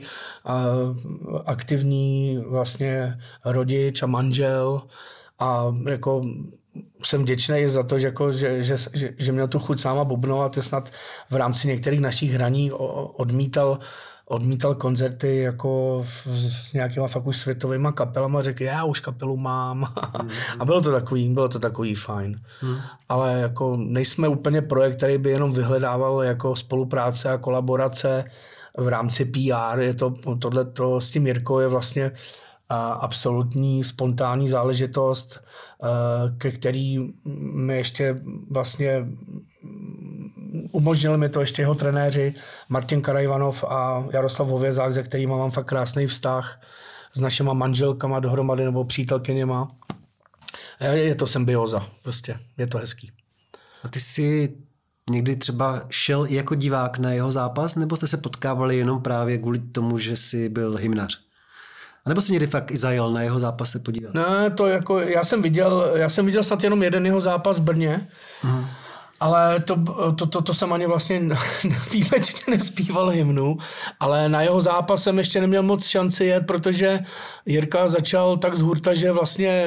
aktivní vlastně rodič a manžel a jako jsem vděčný za to, že měl tu chuť sám bubnovat, je snad v rámci některých našich hraní odmítal koncerty jako s nějakýma fakt už světovýma kapelama, řekl, já už kapelu mám. A bylo to takový fajn. Ale jako nejsme úplně projekt, který by jenom vyhledával jako spolupráce a kolaborace v rámci PR. Je tohleto s tím Jirkou je vlastně absolutní spontánní záležitost, ke který mi ještě vlastně umožnili mi to ještě jeho trenéři Martin Karajvanov a Jaroslav Hovězák, se kterými mám fakt krásný vztah s našima manželkama dohromady nebo přítelkyněma. Je to symbioza, prostě, je to hezký. A ty jsi někdy třeba šel i jako divák na jeho zápas, nebo jste se potkávali jenom právě kvůli tomu, že jsi byl hymnař? A nebo jsi někdy fakt i zajel na jeho zápas se podívat? Ne, to jako, já jsem viděl snad jenom jeden jeho zápas v Brně, ale to jsem ani vlastně výjimečně nespíval hymnu, ale na jeho zápas jsem ještě neměl moc šanci jet, protože Jirka začal tak z hurta, že vlastně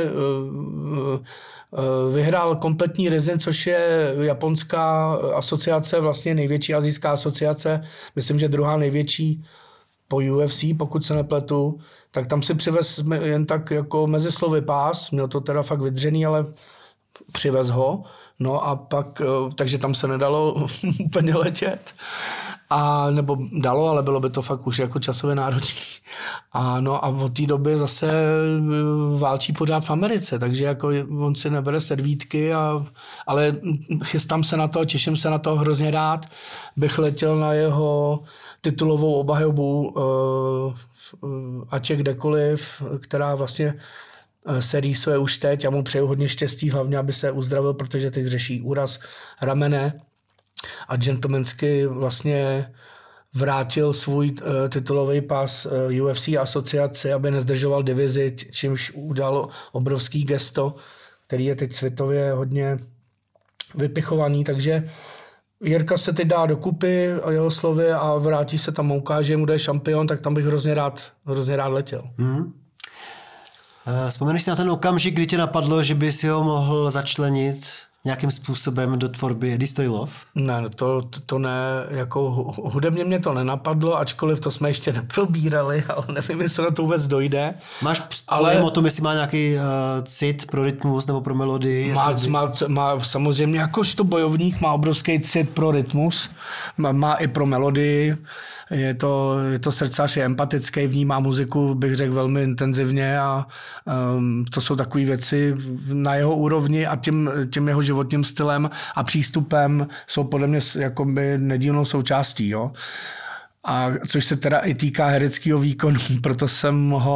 vyhrál kompletní Rizin, což je japonská asociace, vlastně největší asijská asociace, myslím, že druhá největší po UFC, pokud se nepletu, tak tam si přivez jen tak jako mezi slovy pás, měl to teda fakt vydřený, ale přivez ho, no a pak, takže tam se nedalo úplně letět, a nebo dalo, ale bylo by to fakt už jako časově náročný. A od té doby zase válčí pořád v Americe, takže jako on si nebere servítky, ale chystám se na to, těším se na to hrozně rád, bych letěl na jeho titulovou obhajobu, ať je kdekoliv, která vlastně se rýsuje už teď. Já mu přeju hodně štěstí, hlavně, aby se uzdravil, protože teď řeší úraz ramene a gentlemansky vlastně vrátil svůj titulový pás UFC asociaci, aby nezdržoval divizi, čímž udělal obrovský gesto, který je teď světově hodně vypichovaný, takže Jirka se teď dá dokupy a jeho slovy a vrátí se tam a ukáže, mu jde šampion, tak tam bych hrozně rád letěl. Vzpomeneš si na ten okamžik, kdy tě napadlo, že by si ho mohl začlenit nějakým způsobem do tvorby Eddie Stoilov? Ne, to ne, jako hudebně mě to nenapadlo, ačkoliv to jsme ještě neprobírali, ale nevím, jestli na to vůbec dojde. Máš pojem o tom, jestli má nějaký cit pro rytmus nebo pro melodii? Má samozřejmě, jakožto bojovník má obrovský cit pro rytmus, má i pro melodii, je to srdcař, je empatický, vnímá muziku, bych řekl, velmi intenzivně a to jsou takové věci na jeho úrovni a tím jeho životním stylem a přístupem jsou podle mě jakoby nedílnou součástí. Jo? A což se teda i týká hereckého výkonu, proto jsem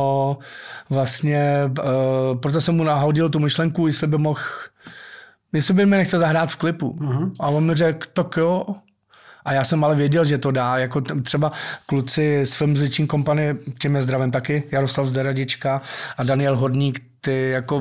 mu nahodil tu myšlenku, jestli by mě nechtěl zahrát v klipu. A on mi řekl, tak jo. A já jsem ale věděl, že to dá. Jako třeba kluci z Film Zličín Company, těm je zdravím taky, Jaroslav Zderadička a Daniel Horník, ty jako...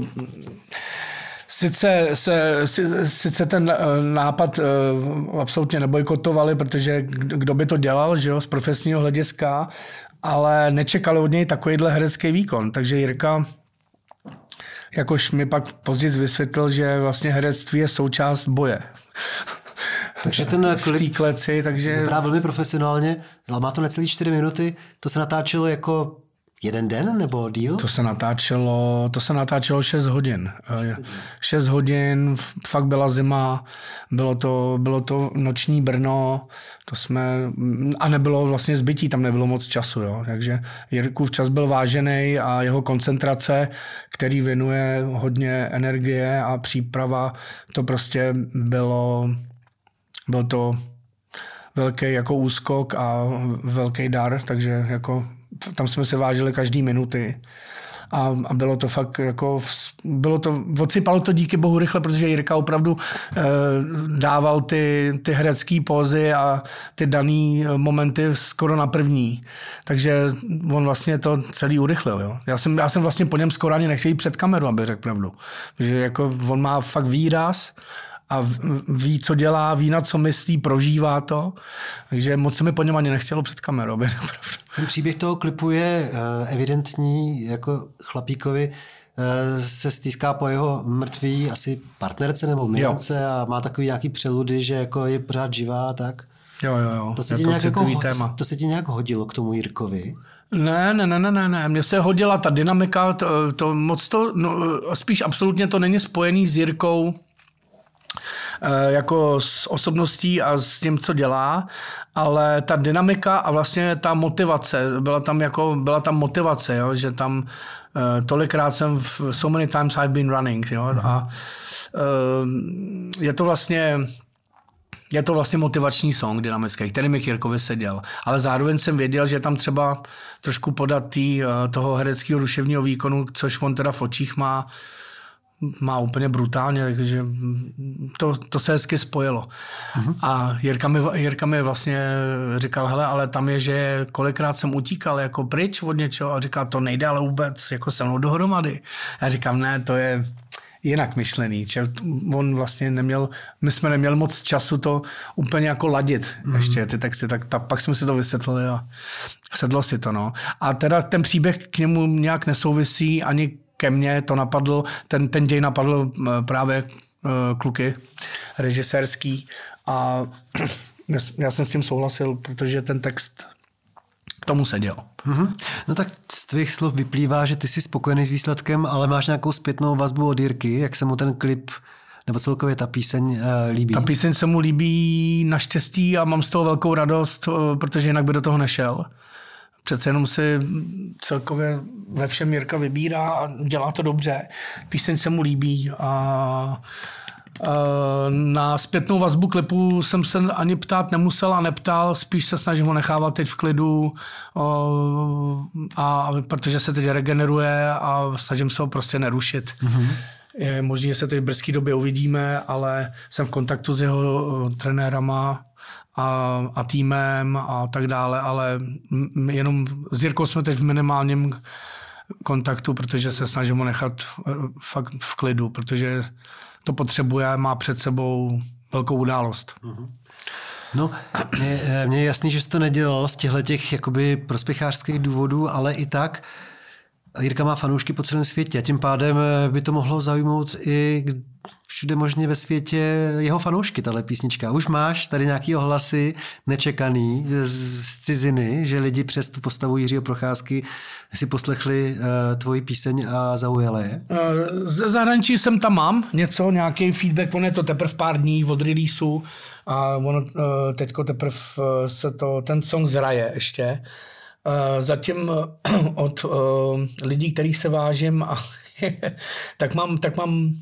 Sice ten nápad absolutně nebojkotovali, protože kdo by to dělal, že jo, z profesního hlediska, ale nečekali od něj takovýhle herecký výkon. Takže Jirka, jakož mi pak později vysvětlil, že vlastně herectví je součást boje. Takže ten klip v té kleci, takže... vypadá velmi profesionálně, ale má to necelý 4 minuty. To se natáčelo jako jeden den nebo díl? To se natáčelo 6 hodin. 6 hodin, fakt byla zima, bylo to noční Brno, a nebylo vlastně zbytí, tam nebylo moc času. Jo. Takže Jirkův čas byl vážený a jeho koncentrace, který věnuje hodně energie a příprava, to prostě byl to velký jako úskok a velký dar, takže jako tam jsme se vážili každý minuty a bylo to fakt jako, odsypalo to díky bohu rychle, protože Jirka opravdu dával ty herecké pózy a ty daný momenty skoro na první, takže on vlastně to celý urychlil. Jo. Já jsem vlastně po něm skoro ani nechtěl jít před kameru, aby řekl pravdu, protože jako on má fakt výraz a ví, co dělá, ví, na co myslí, prožívá to. Takže moc se mi po něm ani nechtělo před kamerou. Ten příběh toho klipu je evidentní, jako chlapíkovi se stýská po jeho mrtvý asi partnerce nebo milence a má takový nějaký přeludy, že jako je pořád živá a tak. Jo. To se ti nějak hodilo k tomu Jirkovi? Ne. Mně se hodila ta dynamika, spíš absolutně to není spojený s Jirkou jako s osobností a s tím, co dělá, ale ta dynamika a vlastně ta motivace, byla tam motivace, jo, že tam tolikrát jsem so many times I've been running, jo, a je to vlastně motivační song dynamický, který mi k Jirkovi seděl. Ale zároveň jsem věděl, že tam třeba trošku podat toho hereckého duševního výkonu, což on teda v očích má úplně brutálně, takže to se hezky spojilo. A Jirka mi vlastně říkal, hele, ale tam je, že kolikrát jsem utíkal jako pryč od něčeho a říkal, to nejde ale vůbec jako se mnou dohromady. Já říkám, ne, to je jinak myšlený, že on vlastně my jsme neměli moc času to úplně jako ladit ještě ty texty, tak pak jsme si to vysvětlili a sedlo si to, no. A teda ten příběh k němu nějak nesouvisí, ani ke mně to napadl, ten děj napadl právě kluky režisérský a já jsem s tím souhlasil, protože ten text k tomu seděl. No tak z tvých slov vyplývá, že ty jsi spokojený s výsledkem, ale máš nějakou zpětnou vazbu od Jirky, jak se mu ten klip nebo celkově ta píseň líbí? Ta píseň se mu líbí naštěstí a mám z toho velkou radost, protože jinak by do toho nešel. Přece jenom si celkově ve všem Jirka vybírá a dělá to dobře. Píseň se mu líbí a na zpětnou vazbu klipu jsem se ani ptát nemusel a neptal, spíš se snažím ho nechávat teď v klidu, a protože se teď regeneruje a snažím se ho prostě nerušit. Je možné, že se teď v brzké době uvidíme, ale jsem v kontaktu s jeho trenérama a týmem a tak dále, ale jenom s Jirkou jsme teď v minimálním kontaktu, protože se snažím ho nechat fakt v klidu, protože to potřebuje, má před sebou velkou událost. No, mně je jasný, že jsi to nedělal z těch jakoby prospěchářských důvodů, ale i tak Jirka má fanoušky po celém světě a tím pádem by to mohlo zaujmout i všude možně ve světě jeho fanoušky, tahle písnička. Už máš tady nějaký ohlasy nečekaný z ciziny, že lidi přes tu postavu Jiřího Procházky si poslechli tvoji píseň a zaujala je? Ze zahraničí jsem tam mám nějaký feedback, on je to teprve pár dní od releaseu a ono teďko teprve ten song zraje ještě. Zatím od lidí, kterých se vážím a tak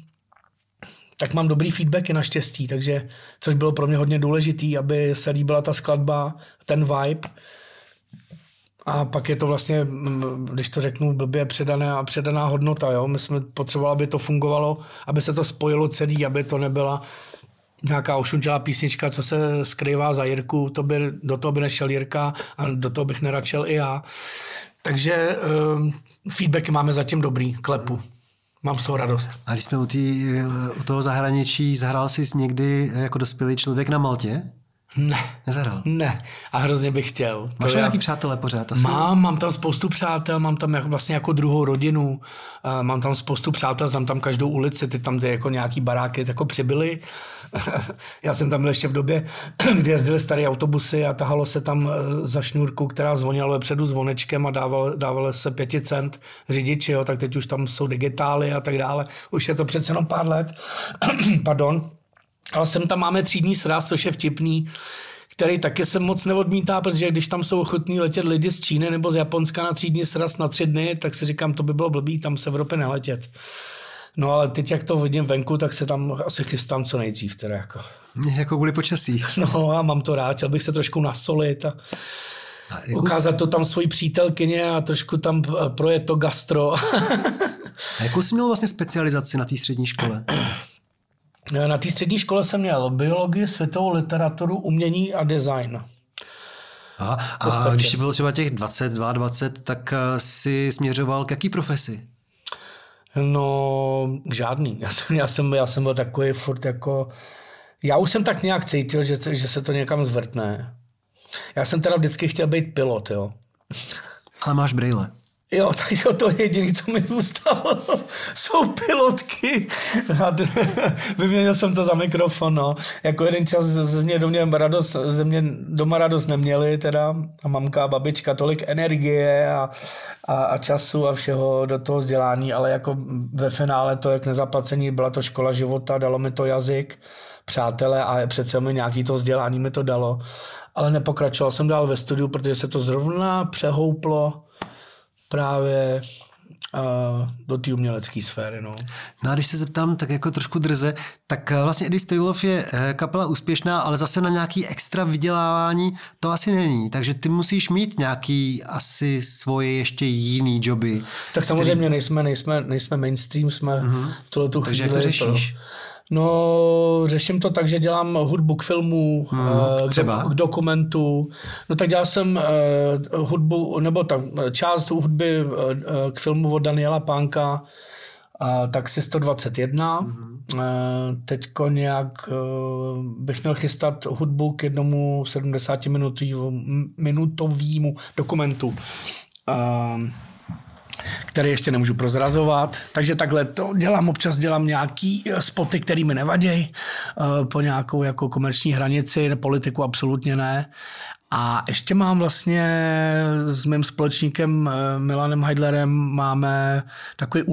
mám dobrý feedbacky naštěstí, takže což bylo pro mě hodně důležitý, aby se líbila ta skladba, ten vibe. A pak je to vlastně, když to řeknu blbě, předaná hodnota. Jo? My jsme potřebovali, aby to fungovalo, aby se to spojilo celý, aby to nebyla nějaká ošuntělá písnička, co se skrývá za Jirku, do toho by nešel Jirka a do toho bych neračel i já. Takže feedbacky máme zatím dobrý, klepu. Mám z toho radost. A když jsme u toho zahraničí, zahrál jsi někdy jako dospělý člověk na Maltě? Ne. Nezahrál? Ne. A hrozně bych chtěl. Máš nějaký přátelé pořád? Asi? Mám tam spoustu přátel, mám tam vlastně jako druhou rodinu, mám tam spoustu přátel, znám tam každou ulici, ty tam jako nějaký baráky jako přibyly. Já jsem tam byl ještě v době, kdy jezdili staré autobusy a tahalo se tam za šňůrku, která zvonila vepředu zvonečkem a dávalo se 5 cent řidiči, jo, tak teď už tam jsou digitály a tak dále. Už je to přece jenom pár let. Pardon. Ale sem tam máme třídní sraz, což je vtipný, který taky se moc neodmítá, protože když tam jsou ochotní letět lidi z Číny nebo z Japonska na třídní sraz na 3 dny, tak si říkám, to by bylo blbý tam z Evropy neletět. No ale teď, jak to vidím venku, tak se tam asi chystám co nejdřív. Teda jako kvůli počasí. No a mám to rád, chtěl bych se trošku nasolit a ukázat to tam svojí přítelkyně a trošku tam projet to gastro. A jakou jsi měl vlastně specializaci na té střední škole? Na té střední škole jsem měl biologii, světovou literaturu, umění a design. Aha, a když bylo třeba těch 22, tak jsi směřoval k jaký profesi? No, žádný. Já jsem byl takový furt jako... Já už jsem tak nějak cítil, že se to někam zvrtne. Já jsem teda vždycky chtěl být pilot, jo. Ale máš brejle. Jo, tak to je jediné, co mi zůstalo. jsou pilotky. Vyměnil jsem to za mikrofon, no. Jako jeden čas ze mě doma radost neměli teda a mamka a babička, tolik energie a času a všeho do toho vzdělání, ale jako ve finále to jak nezaplacení, byla to škola života, dalo mi to jazyk, přátelé a přece mi nějaký to vzdělání mi to dalo. Ale nepokračoval jsem dál ve studiu, protože se to zrovna přehouplo právě do té umělecké sféry. No a když se zeptám tak jako trošku drze, tak vlastně Eddie Stoilov je kapela úspěšná, ale zase na nějaký extra vydělávání to asi není. Takže ty musíš mít nějaký asi svoje ještě jiný joby. Tak samozřejmě nejsme mainstream, jsme v tuhletu chvíli. Takže jak to řešíš? No, řeším to tak, že dělám hudbu k filmu, k dokumentu. No tak dělal jsem hudbu, nebo tak část hudby k filmu od Daniela Pánka, Taxi 121. Teďko nějak bych měl chystat hudbu k jednomu 70-minutovému dokumentu, který ještě nemůžu prozrazovat. Takže takhle to dělám, občas dělám nějaký spoty, který mi nevadějí po nějakou jako komerční hranici, politiku absolutně ne. A ještě mám vlastně s mým společníkem Milanem Heidlerem máme takový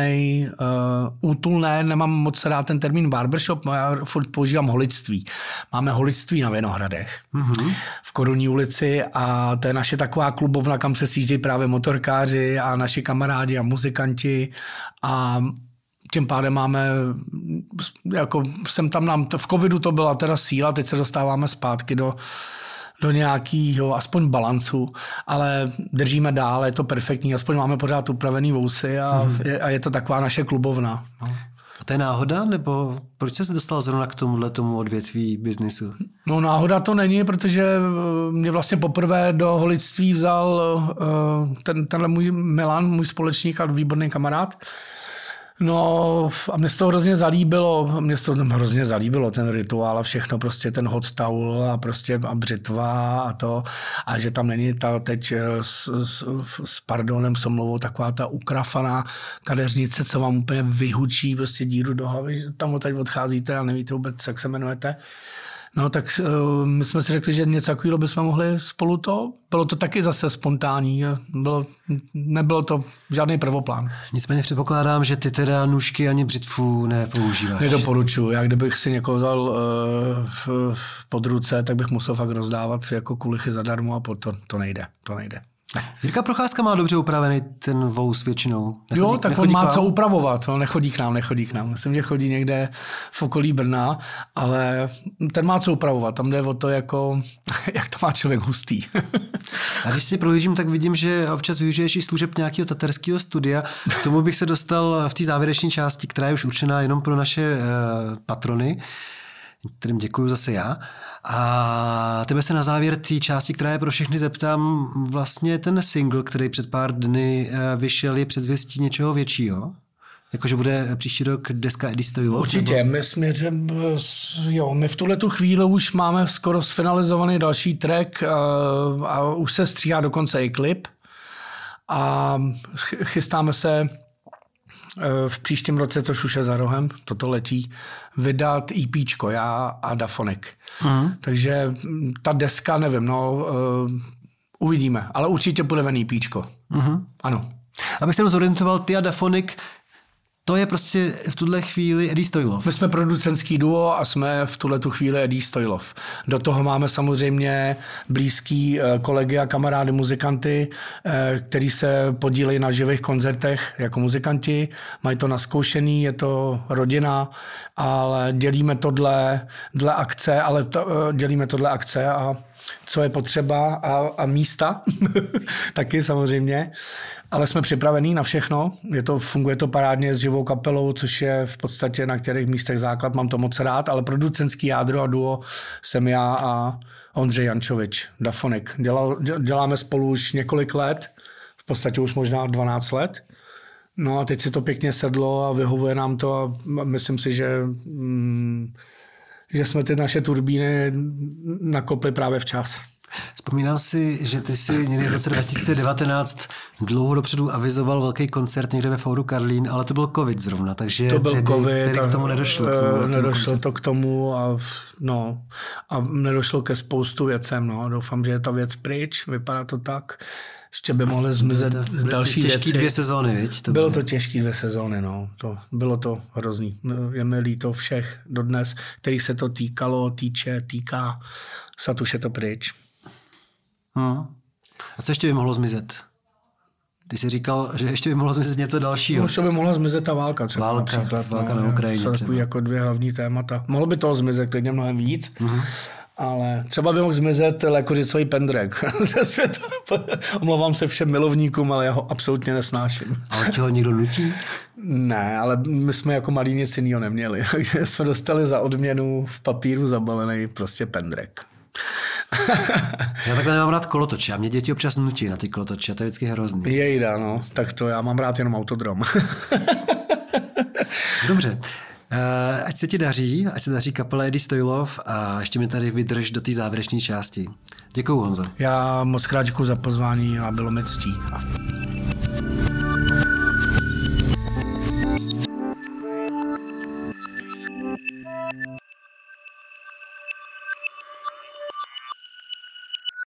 útulné, nemám moc rád ten termín barbershop, já furt používám holictví. Máme holictví na Vinohradech v Korunní ulici a to je naše taková klubovna, kam se sjíždějí právě motorkáři a naši kamarádi a muzikanti a tím pádem máme, jako jsem tam v covidu to byla teda síla, teď se dostáváme zpátky do nějakého aspoň balancu, ale držíme dál, je to perfektní, aspoň máme pořád upravený vousy a je to taková naše klubovna. No. A to je náhoda, nebo proč jsi se dostal zrovna k tomu odvětví biznisu? No náhoda to není, protože mě vlastně poprvé do holictví vzal tenhle můj Milan, můj společník a výborný kamarád. No a mě se to hrozně zalíbilo, ten rituál a všechno, prostě ten hot towel a prostě a břitva a to, a že tam není ta teď s pardonem, s omlouvou, taková ta ukrafaná kadeřnice, co vám úplně vyhučí prostě díru do hlavy, že tam teď odcházíte a nevíte vůbec, jak se jmenujete. No tak my jsme si řekli, že něco takového bychom mohli spolu to. Bylo to taky zase spontánní. Nebylo to žádný prvoplán. Nicméně předpokládám, že ty teda nůžky ani břitvu nepoužíváš. Nedoporučuji. Já kdybych si někoho vzal pod ruce, tak bych musel fakt rozdávat jako kulichy zadarmo a to nejde. To nejde. Jirka Procházka má dobře upravený ten vous většinou. Jo, tak on má co upravovat, no, nechodí k nám. Myslím, že chodí někde v okolí Brna, ale ten má co upravovat. Tam jde o to, jako, jak to má člověk hustý. A když si prohlížím, tak vidím, že občas využiješ i služeb nějakého taterského studia. K tomu bych se dostal v té závěrečné části, která je už určená jenom pro naše patrony, kterým děkuju zase já. A tebe se na závěr té části, která je pro všechny, zeptám, vlastně ten single, který před pár dny vyšel, je předzvěstí něčeho většího? Jakože bude příští rok deska Eddie Stoilov? Určitě. My v tuhletu chvíli už máme skoro sfinalizovaný další track a už se stříhá dokonce i klip. A chystáme se v příštím roce, což už je za rohem, toto letí, vydat EPčko, já a Dafonik. Takže ta deska, nevím, uvidíme, ale určitě bude ven EPčko. Ano. Abych se zorientoval, ty a Dafonik, to je prostě v tuhle chvíli Eddie Stoilov. My jsme producentský duo a jsme v tuhletu chvíli Eddie Stoilov. Do toho máme samozřejmě blízký kolegy a kamarády muzikanty, který se podílejí na živých koncertech jako muzikanti. Mají to naskoušený, je to rodina, ale dělíme to dle akce, a co je potřeba a místa taky samozřejmě. Ale jsme připravení na všechno. Funguje to parádně s živou kapelou, což je v podstatě na kterých místech základ. Mám to moc rád, ale producentský jádro a duo jsem já a Ondřej Jančovič, Dafonik. Děláme spolu už několik let, v podstatě už možná 12 let. No a teď si to pěkně sedlo a vyhovuje nám to a myslím si, že jsme ty naše turbíny nakopli právě včas. Vzpomínám si, že ty si někdy v roce 2019 dlouho dopředu avizoval velký koncert někde ve Fouru Karlín, ale to byl covid zrovna, takže to byl covid, k tomu nedošlo. Nedošlo to k tomu a nedošlo ke spoustu věcem. No. Doufám, že je ta věc pryč, vypadá to tak. Ještě by mohly zmizet další věci. Těžký 2 sezóny, viď? Bylo to těžký 2 sezóny, no. Bylo to hrozný. Je mi líto všech dodnes, kterých se to týká. Snad už je to pryč. A co ještě by mohlo zmizet? Ty jsi říkal, že ještě by mohlo zmizet něco dalšího. Ještě by mohla zmizet ta válka třeba například. Válka na Ukrajině. Jsou takový jako 2 hlavní témata. Mohlo by toho zmizet klidně mnohem víc, ale třeba by mohl zmizet lékořicový pendrek ze světa. Omlouvám se všem milovníkům, ale já ho absolutně nesnáším. Ale tě ho někdo nutí? Ne, ale my jsme jako malí nic jiného neměli, takže jsme dostali za odměnu v papíru zabalený prostě pendrek. Já takhle nemám rád kolotoče a mě děti občas nutí na ty kolotoče a to je vždycky hrozný. Jejda, no, tak to já mám rád jenom autodrom. Dobře, ať se ti daří, kapele Eddie Stoilov a ještě mi tady vydrž do té závěrečné části. Děkuju, Honzo. Já moc krát děkuju za pozvání a bylo mi ctí.